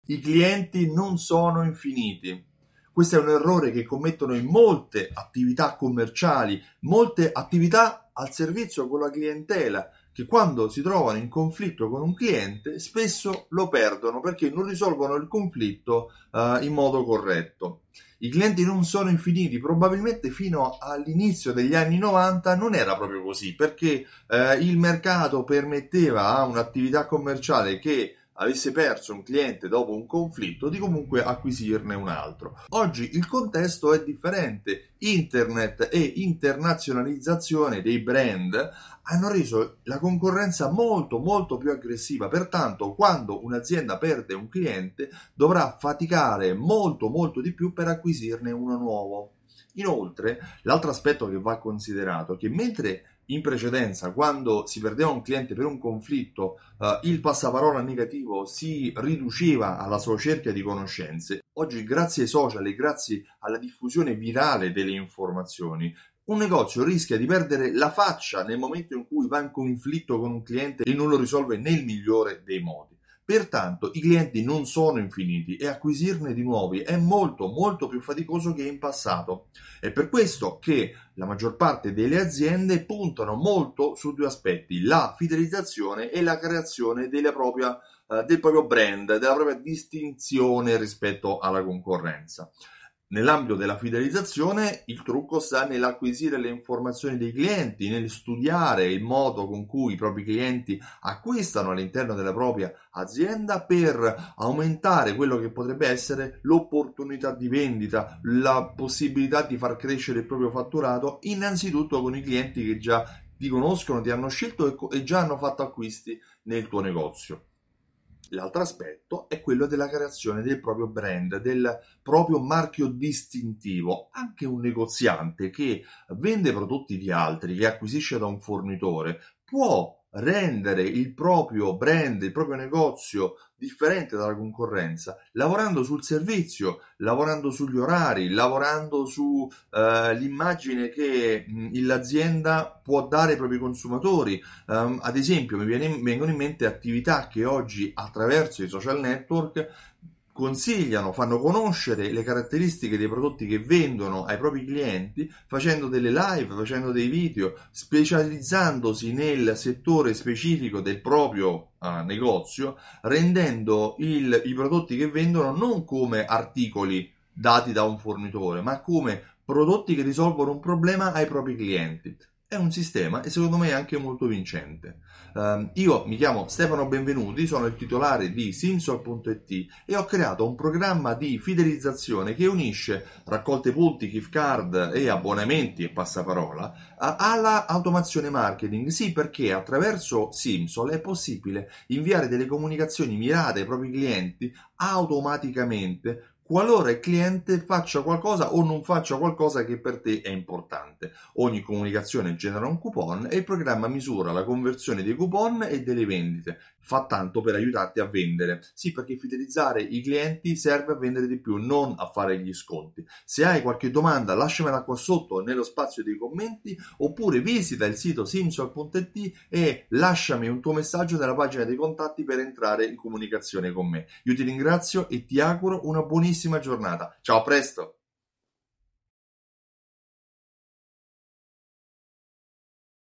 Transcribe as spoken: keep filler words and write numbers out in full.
I clienti non sono infiniti. Questo è un errore che commettono in molte attività commerciali, molte attività al servizio con la clientela, che quando si trovano in conflitto con un cliente spesso lo perdono perché non risolvono il conflitto uh, in modo corretto. I clienti non sono infiniti, probabilmente fino all'inizio degli anni novanta non era proprio così, perché eh, il mercato permetteva a un'attività commerciale che avesse perso un cliente dopo un conflitto di comunque acquisirne un altro. Oggi il contesto è differente. Internet e internazionalizzazione dei brand hanno reso la concorrenza molto molto più aggressiva, pertanto quando un'azienda perde un cliente dovrà faticare molto molto di più per acquisirne uno nuovo. Inoltre, l'altro aspetto che va considerato è che mentre in precedenza, quando si perdeva un cliente per un conflitto, eh, il passaparola negativo si riduceva alla sua cerchia di conoscenze, oggi grazie ai social e grazie alla diffusione virale delle informazioni, un negozio rischia di perdere la faccia nel momento in cui va in conflitto con un cliente e non lo risolve nel migliore dei modi. Pertanto i clienti non sono infiniti e acquisirne di nuovi è molto molto più faticoso che in passato. È per questo che la maggior parte delle aziende puntano molto su due aspetti: la fidelizzazione e la creazione della propria, eh, del proprio brand, della propria distinzione rispetto alla concorrenza. Nell'ambito della fidelizzazione il trucco sta nell'acquisire le informazioni dei clienti, nel studiare il modo con cui i propri clienti acquistano all'interno della propria azienda per aumentare quello che potrebbe essere l'opportunità di vendita, la possibilità di far crescere il proprio fatturato, innanzitutto con i clienti che già ti conoscono, ti hanno scelto e già hanno fatto acquisti nel tuo negozio. L'altro aspetto è quello della creazione del proprio brand, del proprio marchio distintivo. Anche un negoziante che vende prodotti di altri, che acquisisce da un fornitore, può rendere il proprio brand, il proprio negozio differente dalla concorrenza, lavorando sul servizio, lavorando sugli orari, lavorando sull'immagine uh, che mh, l'azienda può dare ai propri consumatori. Um, ad esempio, mi viene, vengono in mente attività che oggi attraverso i social network consigliano, fanno conoscere le caratteristiche dei prodotti che vendono ai propri clienti, facendo delle live, facendo dei video, specializzandosi nel settore specifico del proprio uh, negozio, rendendo il, i prodotti che vendono non come articoli dati da un fornitore, ma come prodotti che risolvono un problema ai propri clienti. È un sistema e secondo me è anche molto vincente. Uh, io mi chiamo Stefano Benvenuti, sono il titolare di Simsol punto it e ho creato un programma di fidelizzazione che unisce raccolte punti, gift card e abbonamenti e passaparola alla automazione marketing. Sì, perché attraverso Simsol è possibile inviare delle comunicazioni mirate ai propri clienti automaticamente, qualora il cliente faccia qualcosa o non faccia qualcosa che per te è importante. Ogni comunicazione genera un coupon e il programma misura la conversione dei coupon e delle vendite. Fa tanto per aiutarti a vendere. Sì, perché fidelizzare i clienti serve a vendere di più, non a fare gli sconti. Se hai qualche domanda, lasciamela qua sotto nello spazio dei commenti, oppure visita il sito Simsol punto it e lasciami un tuo messaggio nella pagina dei contatti per entrare in comunicazione con me. Io ti ringrazio e ti auguro una buonissima giornata. Ciao, a presto!